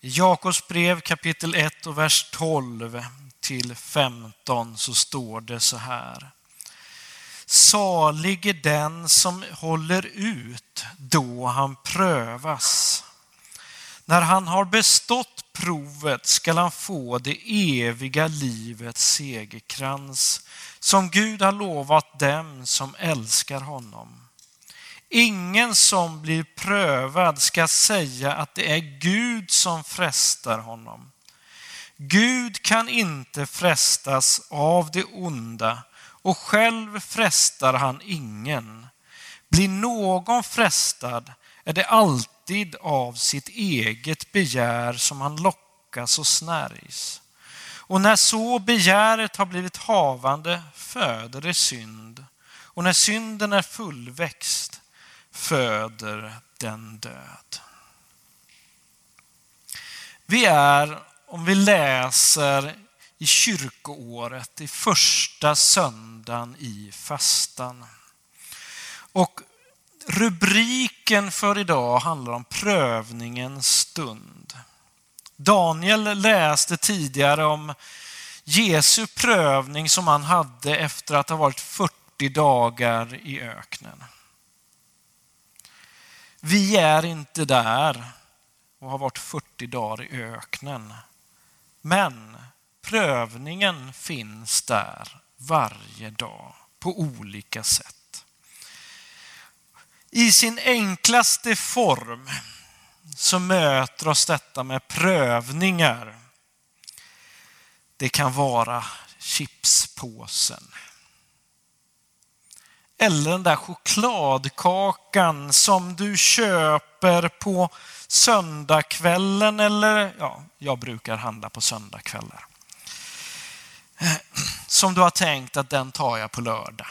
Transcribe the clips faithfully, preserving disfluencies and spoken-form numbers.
I Jakobs brev kapitel ett och vers tolv till femton så står det så här. Salig är den som håller ut då han prövas. När han har bestått provet skall han få det eviga livets segerkrans som Gud har lovat dem som älskar honom. Ingen som blir prövad ska säga att det är Gud som frestar honom. Gud kan inte frestas av det onda och själv frestar han ingen. Blir någon frestad är det alltid av sitt eget begär som han lockas och snärjs. Och när så begäret har blivit havande föder det synd. Och när synden är fullväxt föder den död. Vi är, om vi läser i kyrkoåret, i första söndagen i fastan. Och rubriken för idag handlar om prövningens stund. Daniel läste tidigare om Jesu prövning som han hade efter att ha varit fyrtio dagar i öknen. Vi är inte där och har varit fyrtio dagar i öknen. Men prövningen finns där varje dag på olika sätt. I sin enklaste form så möter oss detta med prövningar. Det kan vara chipspåsen. Eller den där chokladkakan som du köper på söndagskvällen. Eller ja, jag brukar handla på söndagskvällar. Som du har tänkt att den tar jag på lördag.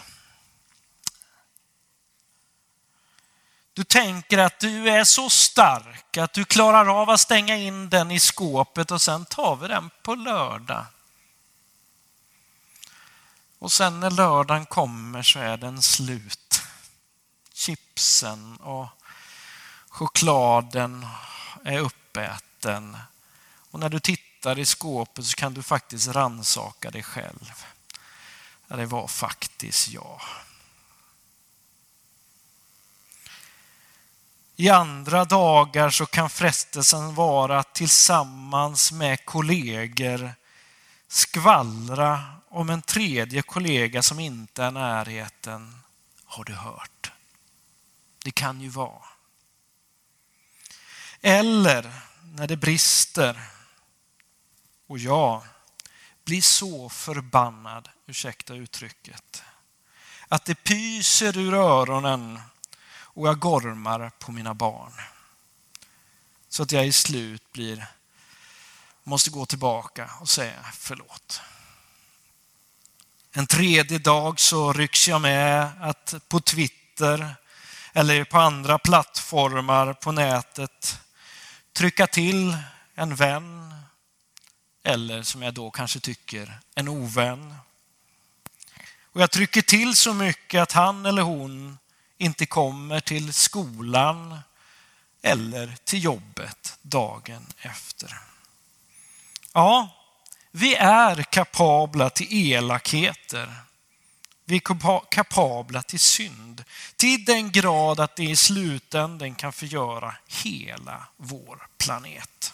Du tänker att du är så stark att du klarar av att stänga in den i skåpet och sen tar vi den på lördag. Och sen när lördagen kommer så är den slut. Chipsen och chokladen är uppäten. Och när du tittar i skåpet så kan du faktiskt rannsaka dig själv. Ja, det var faktiskt jag. I andra dagar så kan frestelsen vara att tillsammans med kollegor skvallra om en tredje kollega som inte är närheten. Har du hört? Det kan ju vara. Eller när det brister och jag blir så förbannad, ursäkta uttrycket, att det pyser ur öronen och jag gormar på mina barn. Så att jag i slut blir, måste gå tillbaka och säga förlåt. En tredje dag så rycks jag med att på Twitter eller på andra plattformar på nätet trycka till en vän eller som jag då kanske tycker en ovän. Och jag trycker till så mycket att han eller hon inte kommer till skolan eller till jobbet dagen efter. Ja, vi är kapabla till elakheter. Vi är kapabla till synd. Till den grad att det i slutändan kan förgöra hela vår planet.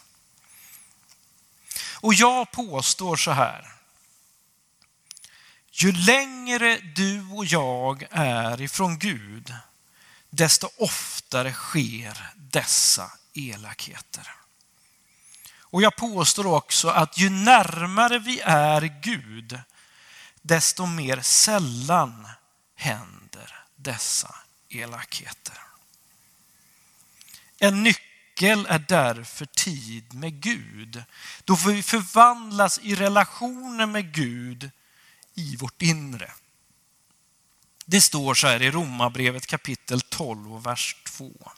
Och jag påstår så här. Ju längre du och jag är ifrån Gud, desto oftare sker dessa elakheter. Och jag påstår också att ju närmare vi är Gud, desto mer sällan händer dessa elakheter. En nyckel är därför tid med Gud. Då får vi förvandlas i relationen med Gud i vårt inre. Det står så här i Romarbrevet kapitel tolv, vers två.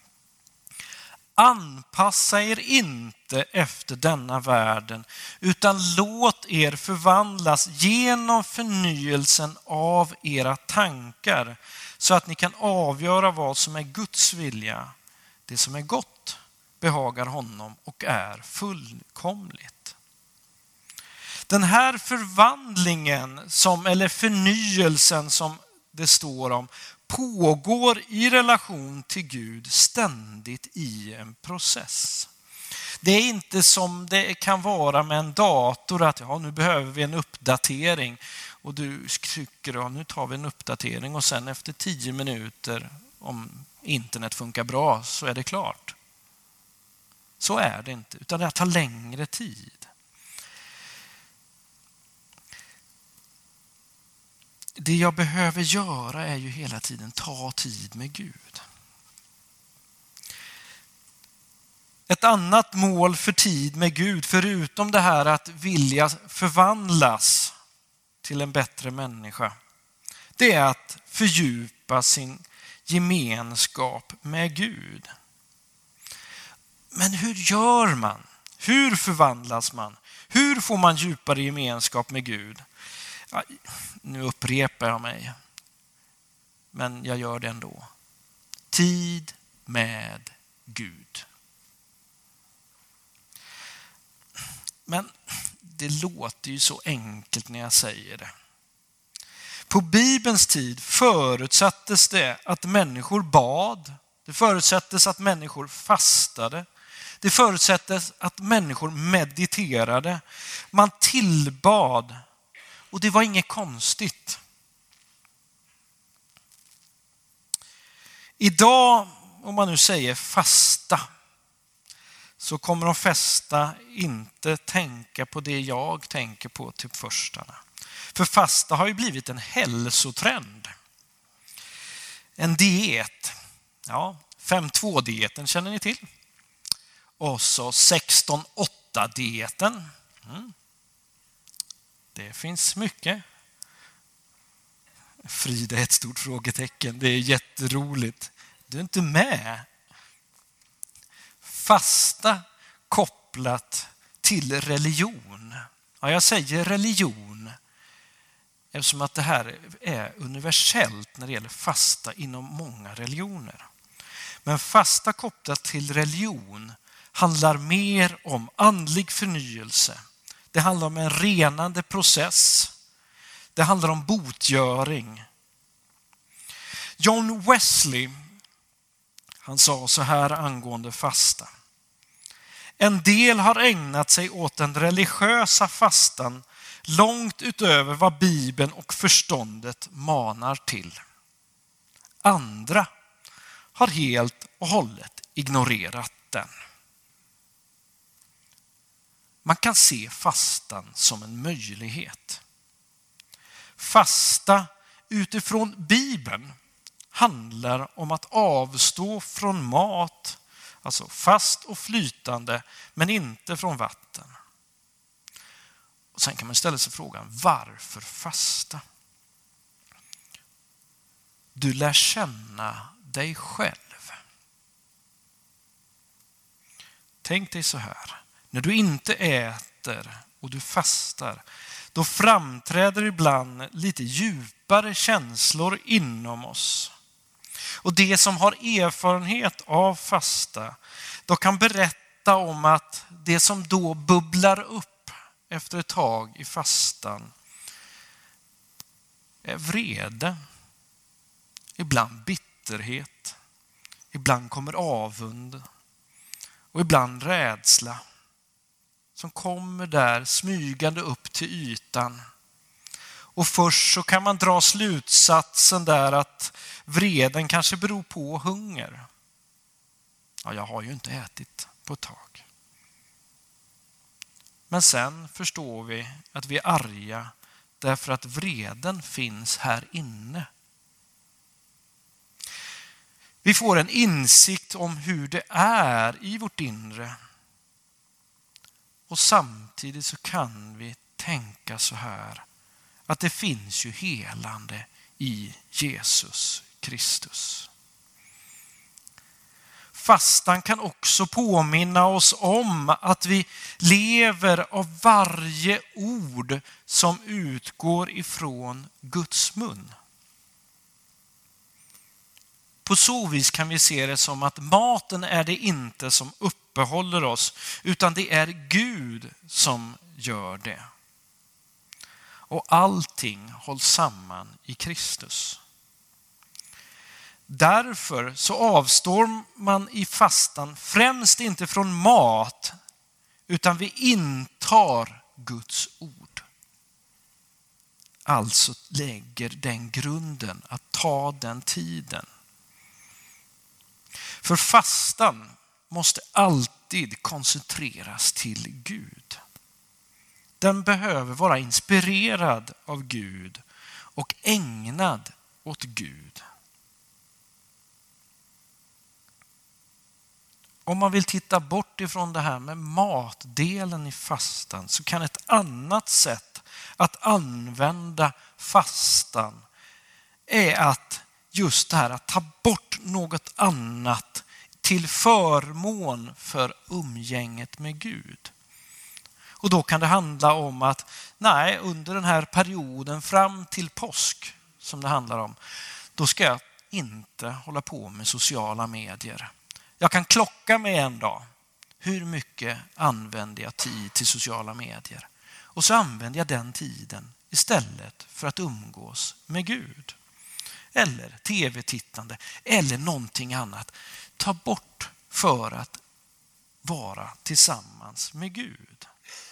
Anpassa er inte efter denna världen, utan låt er förvandlas genom förnyelsen av era tankar, så att ni kan avgöra vad som är Guds vilja, det som är gott, behagar honom och är fullkomligt. Den här förvandlingen som, eller förnyelsen som det står om, pågår i relation till Gud ständigt i en process. Det är inte som det kan vara med en dator att ja, nu behöver vi en uppdatering och du trycker ja, nu tar vi en uppdatering och sen efter tio minuter om internet funkar bra så är det klart. Så är det inte, utan det tar längre tid. Det jag behöver göra är ju hela tiden ta tid med Gud. Ett annat mål för tid med Gud, förutom det här att vilja förvandlas till en bättre människa, det är att fördjupa sin gemenskap med Gud. Men hur gör man? Hur förvandlas man? Hur får man djupare gemenskap med Gud? Ja, nu upprepar jag mig, men jag gör det ändå. Tid med Gud. Men det låter ju så enkelt när jag säger det. På Bibelns tid förutsattes det att människor bad. Det förutsattes att människor fastade. Det förutsattes att människor mediterade. Man tillbad. Och det var inget konstigt. Idag, om man nu säger fasta, så kommer de flesta inte tänka på det jag tänker på till förstarna. För fasta har ju blivit en hälsotrend. En diet. Ja, fem två-dieten känner ni till. Och så sexton åtta-dieten. Mm. Det finns mycket. Frida är ett stort frågetecken. Det är jätteroligt. Du är inte med. Fasta kopplat till religion. Ja, jag säger religion eftersom att det här är universellt när det gäller fasta inom många religioner. Men fasta kopplat till religion handlar mer om andlig förnyelse. Det handlar om en renande process. Det handlar om botgöring. John Wesley, han sa så här angående fasta. En del har ägnat sig åt den religiösa fastan långt utöver vad Bibeln och förståndet manar till. Andra har helt och hållet ignorerat den. Man kan se fastan som en möjlighet. Fasta utifrån Bibeln handlar om att avstå från mat, alltså fast och flytande, men inte från vatten. Och sen kan man ställa sig frågan, varför fasta? Du lär känna dig själv. Tänk dig så här, när du inte äter och du fastar, då framträder ibland lite djupare känslor inom oss. Och det som har erfarenhet av fasta, då kan berätta om att det som då bubblar upp efter ett tag i fastan är vrede, ibland bitterhet, ibland kommer avund och ibland rädsla som kommer där smygande upp till ytan. Och först så kan man dra slutsatsen där att vreden kanske beror på hunger. Ja, jag har ju inte ätit på ett tag. Men sen förstår vi att vi är arga därför att vreden finns här inne. Vi får en insikt om hur det är i vårt inre. Och samtidigt så kan vi tänka så här, att det finns ju helande i Jesus Kristus. Fastan kan också påminna oss om att vi lever av varje ord som utgår ifrån Guds mun. På så vis kan vi se det som att maten är det inte som uppehåller oss, utan det är Gud som gör det. Och allting hålls samman i Kristus. Därför så avstår man i fastan främst inte från mat, utan vi intar Guds ord. Alltså lägger den grunden att ta den tiden. För fastan måste alltid koncentreras till Gud. Den behöver vara inspirerad av Gud och ägnad åt Gud. Om man vill titta bort ifrån det här med matdelen i fastan, så kan ett annat sätt att använda fastan är att just det här att ta bort något annat till förmån för umgänget med Gud. Och då kan det handla om att nej, under den här perioden fram till påsk som det handlar om, då ska jag inte hålla på med sociala medier. Jag kan klocka mig en dag. Hur mycket använder jag tid till sociala medier? Och så använder jag den tiden istället för att umgås med Gud. Eller tv-tittande eller någonting annat. Ta bort för att vara tillsammans med Gud.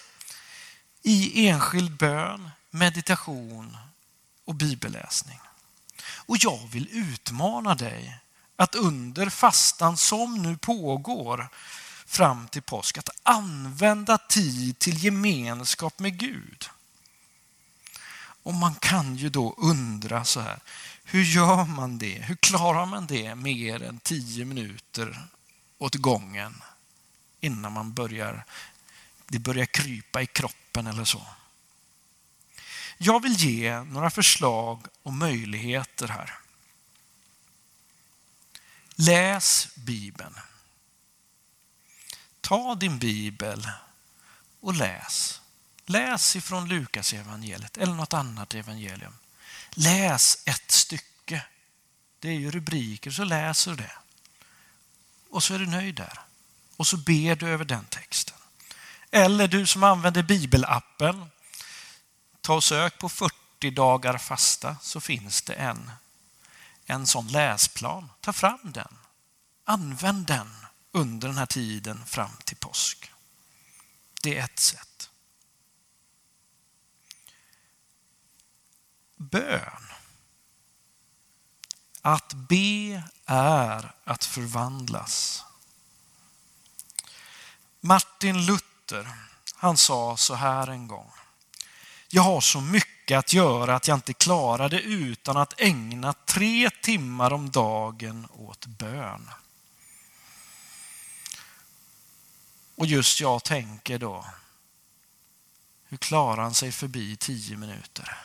I enskild bön, meditation och bibelläsning. Och jag vill utmana dig att under fastan som nu pågår fram till påsk, att använda tid till gemenskap med Gud. Och man kan ju då undra så här, hur gör man det? Hur klarar man det mer än tio minuter åt gången innan man börjar, det börjar krypa i kroppen eller så? Jag vill ge några förslag och möjligheter här. Läs Bibeln. Ta din bibel och läs. Läs ifrån Lukas evangeliet eller något annat evangelium. Läs ett stycke. Det är ju rubriker, så läser du det. Och så är du nöjd där. Och så ber du över den texten. Eller du som använder bibelappen. Ta och sök på fyrtio dagar fasta, så finns det en, en sån läsplan. Ta fram den. Använd den under den här tiden fram till påsk. Det är ett sätt. Bön. Att be är att förvandlas. Martin Luther, han sa så här en gång: jag har så mycket att göra att jag inte klarar det utan att ägna tre timmar om dagen åt bön. Och just jag tänker då, hur klarar han sig förbi tio minuter?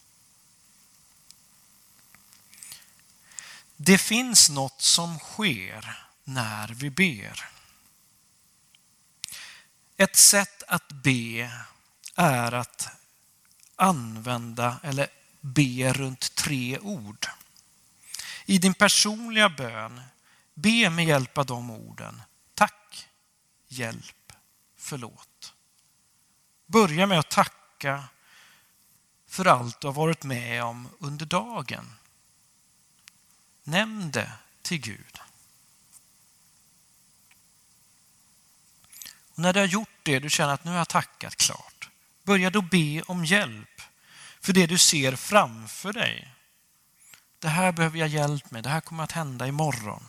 Det finns något som sker när vi ber. Ett sätt att be är att använda eller be runt tre ord. I din personliga bön, be med hjälp av de orden. Tack, hjälp, förlåt. Börja med att tacka för allt du har varit med om under dagen. Nämn det till Gud. Och när du har gjort det, du känner att nu har jag tackat klart. Börja då be om hjälp för det du ser framför dig. Det här behöver jag hjälp med. Det här kommer att hända imorgon.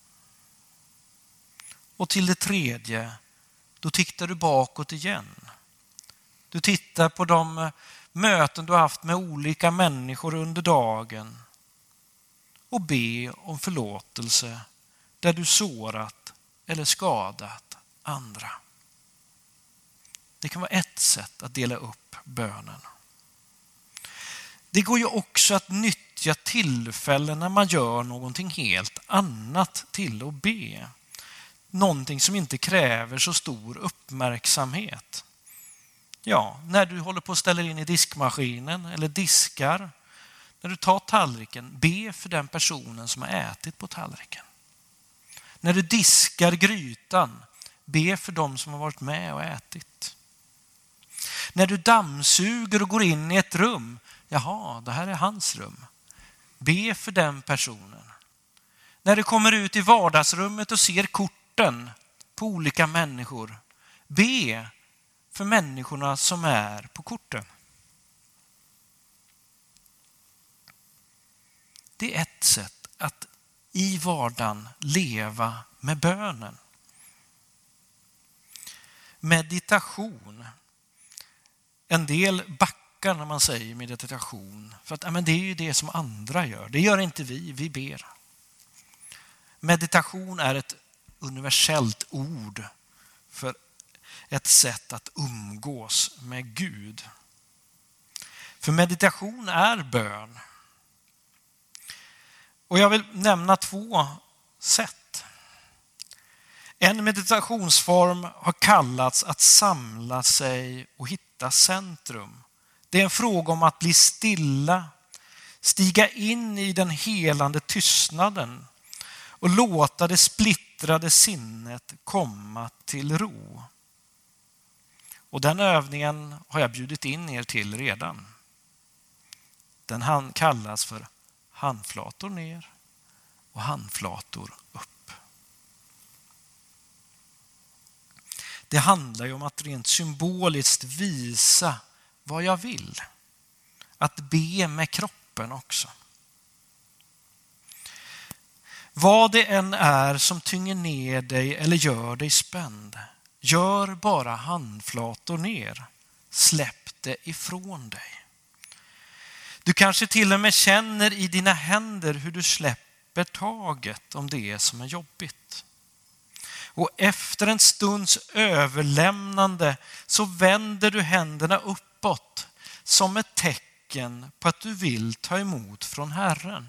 Och till det tredje, då tittar du bakåt igen. Du tittar på de möten du har haft med olika människor under dagen. Och be om förlåtelse där du sårat eller skadat andra. Det kan vara ett sätt att dela upp bönen. Det går ju också att nyttja tillfällen när man gör någonting helt annat till att be. Någonting som inte kräver så stor uppmärksamhet. Ja, när du håller på att ställa in i diskmaskinen eller diskar. När du tar tallriken, be för den personen som har ätit på tallriken. När du diskar grytan, be för dem som har varit med och ätit. När du dammsuger och går in i ett rum, jaha, det här är hans rum. Be för den personen. När du kommer ut i vardagsrummet och ser korten på olika människor, be för människorna som är på korten. Det är ett sätt att i vardagen leva med bönen. Meditation. En del backar när man säger meditation. För att ja, men det är ju det som andra gör. Det gör inte vi, vi ber. Meditation är ett universellt ord för ett sätt att umgås med Gud. För meditation är bön. Och jag vill nämna två sätt. En meditationsform har kallats att samla sig och hitta centrum. Det är en fråga om att bli stilla, stiga in i den helande tystnaden och låta det splittrade sinnet komma till ro. Och den övningen har jag bjudit in er till redan. Den kallas för handflator ner och handflator upp. Det handlar ju om att rent symboliskt visa vad jag vill. Att be med kroppen också. Vad det än är som tynger ner dig eller gör dig spänd, gör bara handflator ner. Släpp det ifrån dig. Du kanske till och med känner i dina händer hur du släpper taget om det som är jobbigt. Och efter en stunds överlämnande så vänder du händerna uppåt som ett tecken på att du vill ta emot från Herren.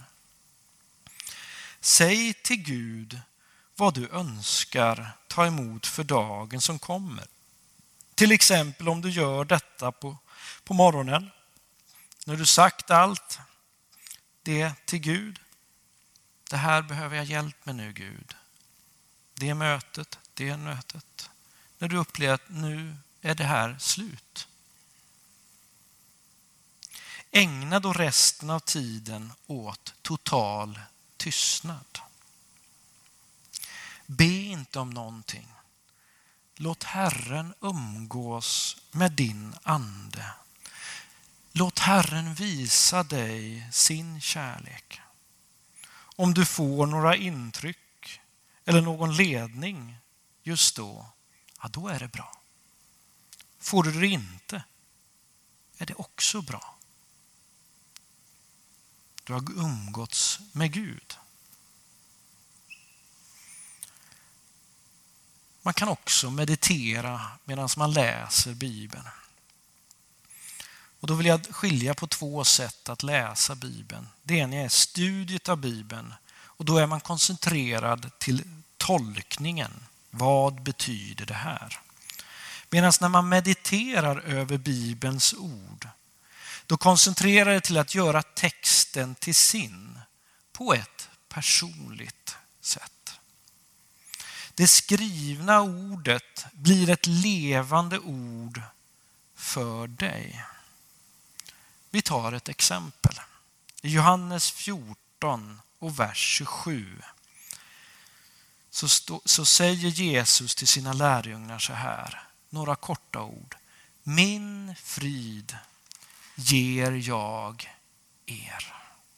Säg till Gud vad du önskar ta emot för dagen som kommer. Till exempel om du gör detta på, på morgonen. När du sagt allt det till Gud. Det här behöver jag hjälp med nu, Gud. Det mötet, det mötet. När du upplever att nu är det här slut. Ägna då resten av tiden åt total tystnad. Be inte om någonting. Låt Herren umgås med din ande. Låt Herren visa dig sin kärlek. Om du får några intryck eller någon ledning just då, ja då är det bra. Får du det inte, är det också bra. Du har umgåtts med Gud. Man kan också meditera medan man läser Bibeln. Och då vill jag skilja på två sätt att läsa Bibeln. Det ena är studiet av Bibeln och då är man koncentrerad till tolkningen. Vad betyder det här? Medan när man mediterar över Bibelns ord, då koncentrerar det till att göra texten till sin på ett personligt sätt. Det skrivna ordet blir ett levande ord för dig. Vi tar ett exempel. I Johannes fjorton och vers tjugosju så, stå, så säger Jesus till sina lärjungar så här. Några korta ord. Min frid ger jag er.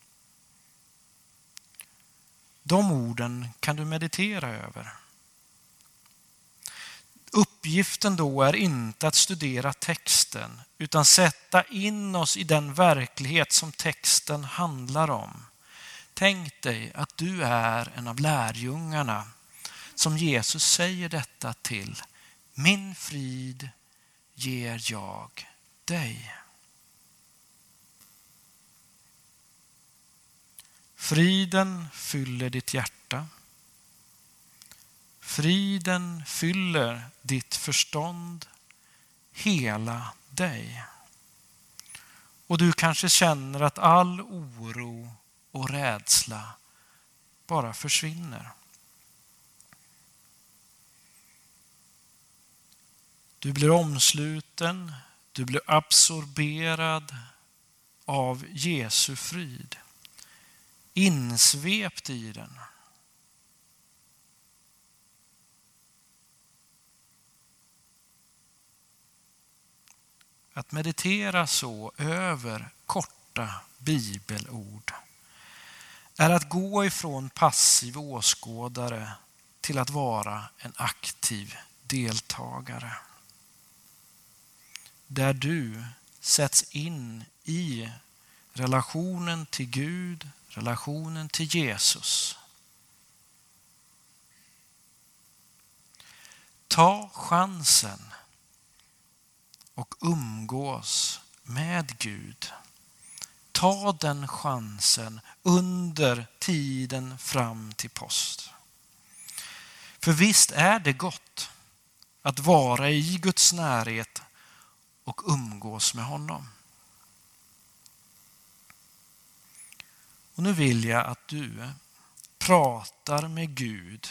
De orden kan du meditera över. Uppgiften då är inte att studera texten utan sätta in oss i den verklighet som texten handlar om. Tänk dig att du är en av lärjungarna som Jesus säger detta till. Min frid ger jag dig. Friden fyller ditt hjärta. Friden fyller ditt förstånd, hela dig. Och du kanske känner att all oro och rädsla bara försvinner. Du blir omsluten, du blir absorberad av Jesu frid. Insvept i den. Att meditera så över korta bibelord är att gå ifrån passiv åskådare till att vara en aktiv deltagare. Där du sätts in i relationen till Gud, relationen till Jesus. Ta chansen och umgås med Gud. Ta den chansen under tiden fram till påsk. För visst är det gott att vara i Guds närhet och umgås med honom. Och nu vill jag att du pratar med Gud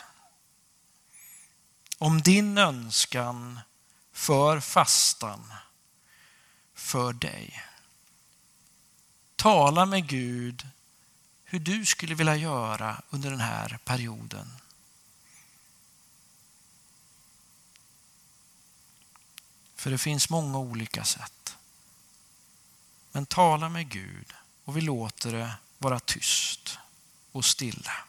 om din önskan för fastan för dig. Tala med Gud hur du skulle vilja göra under den här perioden. För det finns många olika sätt. Men tala med Gud och vi låter det vara tyst och stilla.